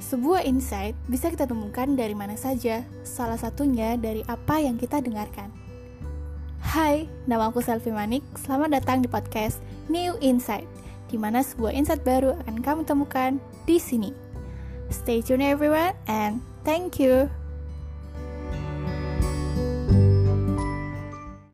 Sebuah insight bisa kita temukan dari mana saja, salah satunya dari apa yang kita dengarkan. Hai, nama aku Selvi Manik, selamat datang di podcast New Insight, di mana sebuah insight baru akan kamu temukan di sini. Stay tuned everyone and thank you.